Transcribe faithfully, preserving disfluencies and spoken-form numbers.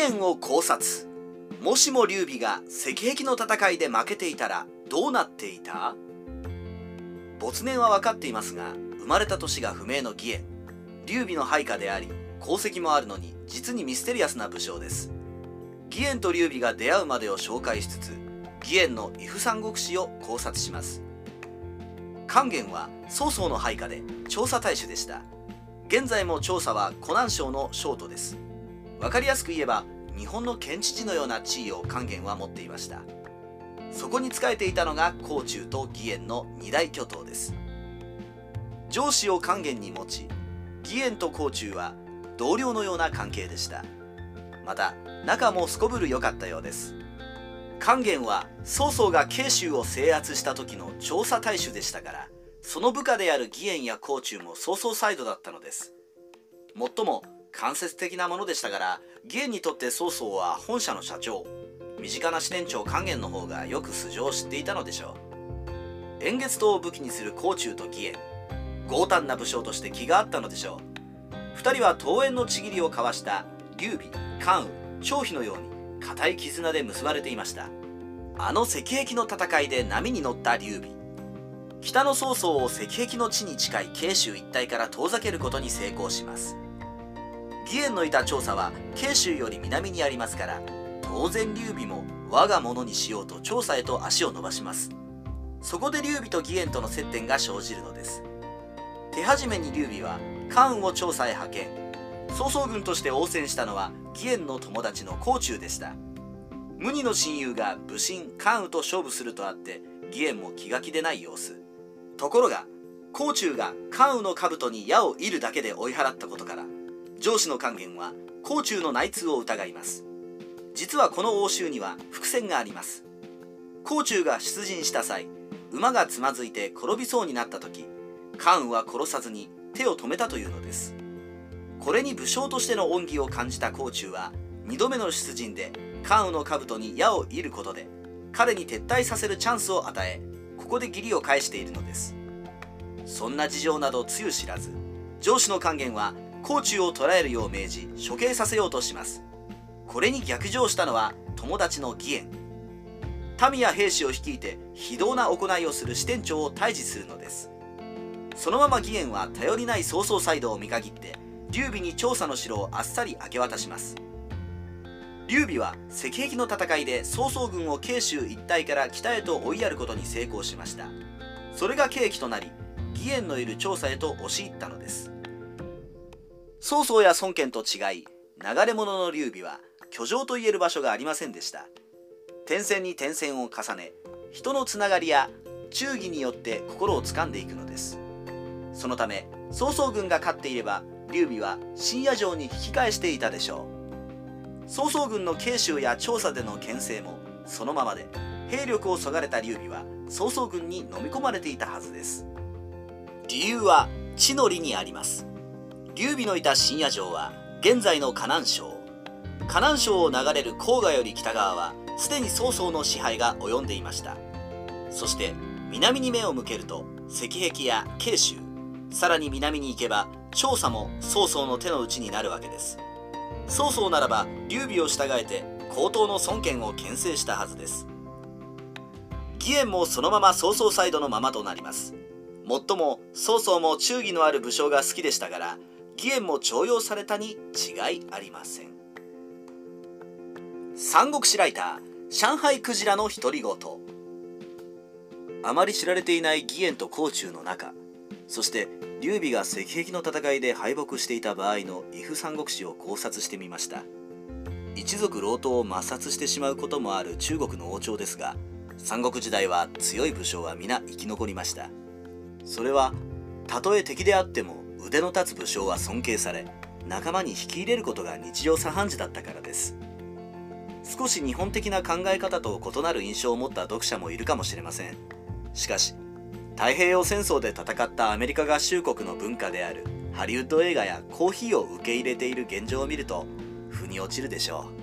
燕を考察。もしも劉備が赤壁の戦いで負けていたらどうなっていた？没年は分かっていますが、生まれた年が不明の義燕。劉備の配下であり功績もあるのに実にミステリアスな武将です。義燕と劉備が出会うまでを紹介しつつ、義燕の伊父三国志を考察します。勸玄は曹操の配下で調査大使でした。現在も調査は湖南省の省都です。分かりやすく言えば日本の県知事のような地位を勸玄は持っていました。そこに仕えていたのが甲冑と義燕の二大巨頭です。上司を勸玄に持ち、義燕と甲冑は同僚のような関係でした。また仲もすこぶる良かったようです。勸玄は曹操が慶州を制圧した時の調査大使でしたから、その部下である義燕や甲冑も曹操サイドだったのです。もっとも間接的なものでしたから、義燕にとって曹操は本社の社長、身近な支店長勸玄の方がよく素性を知っていたのでしょう。円月刀を武器にする甲冑と義燕、強胆な武将として気があったのでしょう。二人は桃園のちぎりを交わした劉備、関羽、張飛のように固い絆で結ばれていました。あの赤壁の戦いで波に乗った劉備、北の曹操を赤壁の地に近い慶州一帯から遠ざけることに成功します。義燕のいた調査は慶州より南にありますから、当然劉備も我が物にしようと調査へと足を伸ばします。そこで劉備と義燕との接点が生じるのです。手始めに劉備は関羽を調査へ派遣。曹操軍として応戦したのは義燕の友達の甲冑でした。無二の親友が武神関羽と勝負するとあって、義燕も気が気でない様子。ところが甲冑が関羽の兜に矢を射るだけで追い払ったことから、上司の勸玄は甲冑の内通を疑います。実はこの応酬には伏線があります。甲冑が出陣した際、馬がつまずいて転びそうになった時、関羽は殺さずに手を止めたというのです。これに武将としての恩義を感じた甲冑はにどめの出陣で関羽の兜に矢を射ることで彼に撤退させるチャンスを与え、ここで義理を返しているのです。そんな事情などつゆ知らず、上司の勸玄は甲冑を捕らえるよう命じ処刑させようとします。これに逆上したのは友達の義燕。民や兵士を率いて非道な行いをする支店長を退治するのです。そのまま義燕は頼りない曹操サイドを見限って劉備に調査の城をあっさり明け渡します。劉備は赤壁の戦いで曹操軍を慶州一帯から北へと追いやることに成功しました。それが契機となり、義燕のいる調査へと押し入ったのです。曹操や孫権と違い、流れ者の劉備は居城といえる場所がありませんでした。転戦に転戦を重ね、人のつながりや忠義によって心を掴んでいくのです。そのため曹操軍が勝っていれば劉備は深夜城に引き返していたでしょう。曹操軍の慶州や調査での牽制もそのままで、兵力をそがれた劉備は曹操軍に飲み込まれていたはずです。理由は地の利にあります。劉備のいた深夜城は現在の河南省。河南省を流れる黄河より北側はすでに曹操の支配が及んでいました。そして南に目を向けると赤壁や慶州、さらに南に行けば調査も曹操の手の内になるわけです。曹操ならば劉備を従えて高等の孫権を牽制したはずです。義燕もそのまま曹操サイドのままとなります。もっとも曹操も忠義のある武将が好きでしたから、義燕も重用されたに違いありません。三国志ライター上海クジラの独り言。あまり知られていない義燕と甲冑の仲、そして劉備が赤壁の戦いで敗北していた場合の伊父三国志を考察してみました。一族郎党を抹殺してしまうこともある中国の王朝ですが、三国時代は強い武将は皆生き残りました。それはたとえ敵であっても腕の立つ武将は尊敬され、仲間に引き入れることが日常茶飯事だったからです。少し日本的な考え方と異なる印象を持った読者もいるかもしれません。しかし太平洋戦争で戦ったアメリカ合衆国の文化であるハリウッド映画やコーヒーを受け入れている現状を見ると腑に落ちるでしょう。